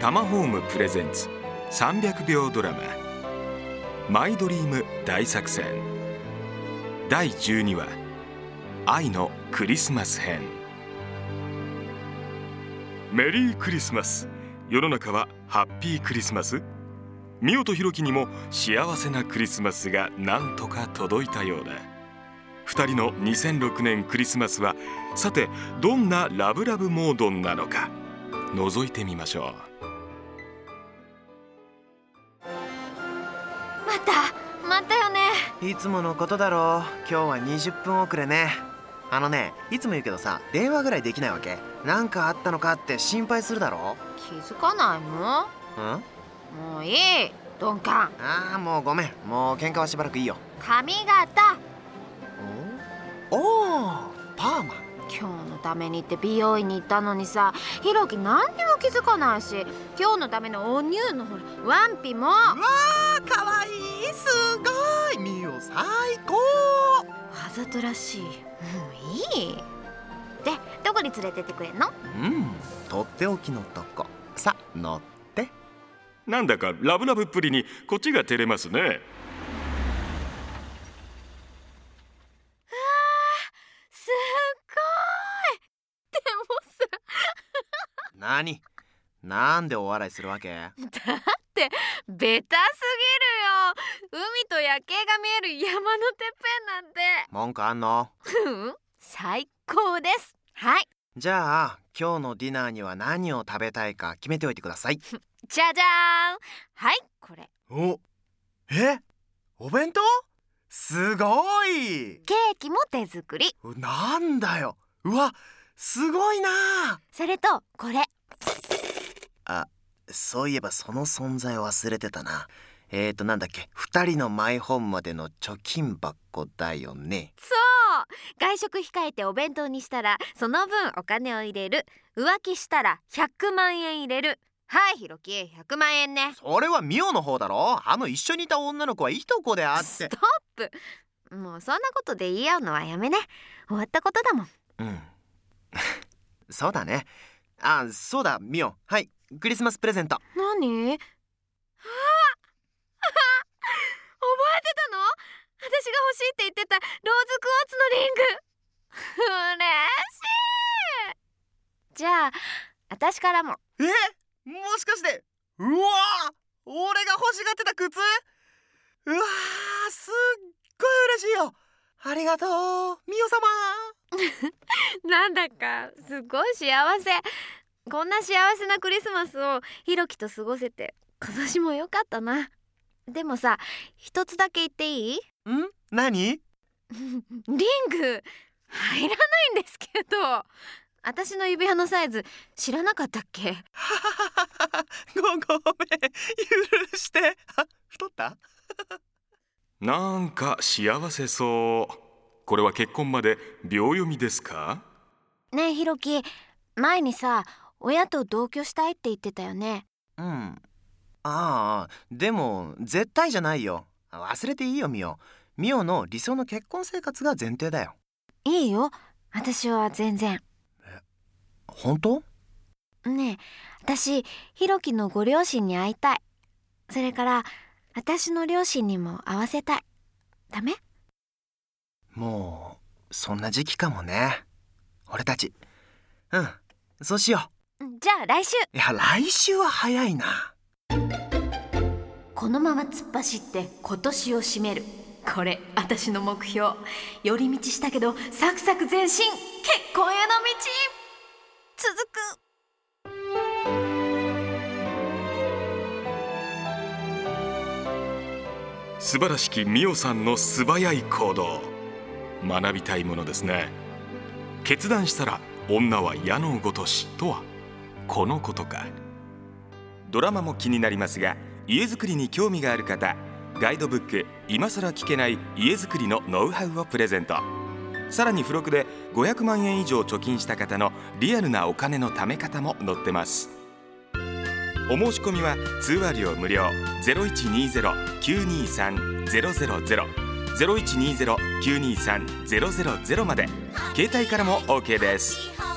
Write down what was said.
タマホームプレゼンツ300秒ドラママイドリーム大作戦第12話愛のクリスマス編。メリークリスマス。世の中はハッピークリスマス。ミオとヒロキにも幸せなクリスマスがなんとか届いたようだ。2人の2006年クリスマスはさてどんなラブラブモードなのか覗いてみましょう。 またよね。 いつものことだろう。今日は20分遅れね。いつも言うけどさ、電話ぐらいできないわけ？なんかあったのかって心配するだろ。 気づかないの？もういい、鈍感。 もうごめん。もう喧嘩はしばらくいいよ。 髪型。 おー、パーマ。 今日のためにって美容院に行ったのにさ、ひろき何にも気づかないし、今日のためのお乳のほらワンピも。うわー、かわいい。すごい。ミオ最高。 わざとらしい。もういい。で、どこに連れてってくれんの？ とっておきのとこ。さ、乗って。 なんだかラブラブっぷりにこっちが照れますね。 すごい。でもさなんでお笑いするわけ？ だってベタすぎるよ。海と夜景が見える山のてっぺんなんて。 文句あんの？ 最高です。はい。 じゃあ今日のディナーには何を食べたいか決めておいてください。 じゃじゃーん。はい、これ。 お弁当？すごい。 ケーキも手作り。 なんだよ。うわ、すごいな。 それとこれ。 そういえばその存在を忘れてたな。なんだっけ、2人のマイホームまでの貯金箱だよね。 そう、外食控えてお弁当にしたらその分お金を入れる。浮気したら100万円入れる。はい、ひろき、100万円ね。 それはミオの方だろ。一緒にいた女の子はいとこであって。 ストップ。もうそんなことで言い合うのはやめね。終わったことだもん。 そうだね。そうだ、ミオ。はい、クリスマスプレゼント。 何？覚えてたの？私が欲しいって言ってたローズクォーツのリング。嬉しい。じゃあ私からも。 もしかして、うわー、俺が欲しがってた靴？うわー、すっごい嬉しいよ。ありがとう、ミオ様。 なんだかすごい幸せ。こんな幸せなクリスマスをひろきと過ごせて今年もよかったな。でもさ、一つだけ言っていい？ 何？ リング入らないんですけど。私の指輪のサイズ知らなかったっけ？ ごめん、許して。太った？ なんか幸せそう。これは結婚まで秒読みですか？ ねえひろき、前にさ、親と同居したいって言ってたよね。 でも絶対じゃないよ。忘れていいよ、ミオ。ミオの理想の結婚生活が前提だよ。 いいよ、私は全然。 本当？ ねえ、私ひろきのご両親に会いたい。それから私の両親にも会わせたい。ダメ？ もうそんな時期かもね、俺たち。そうしよう。じゃあ来週。 いや、来週は早いな。 このまま突っ走って今年を締める。これ私の目標。寄り道したけどサクサク前進。結婚への道。続く。 素晴らしきミオさんの素早い行動、学びたいものですね。決断したら女は矢のごとしとはこのことか。ドラマも気になりますが、家づくりに興味がある方、ガイドブック今さら聞けない家づくりのノウハウをプレゼント。さらに付録で500万円以上貯金した方のリアルなお金の貯め方も載ってます。お申し込みは通話料無料。 0120-923-000 0120-923-000まで。携帯からも OK です。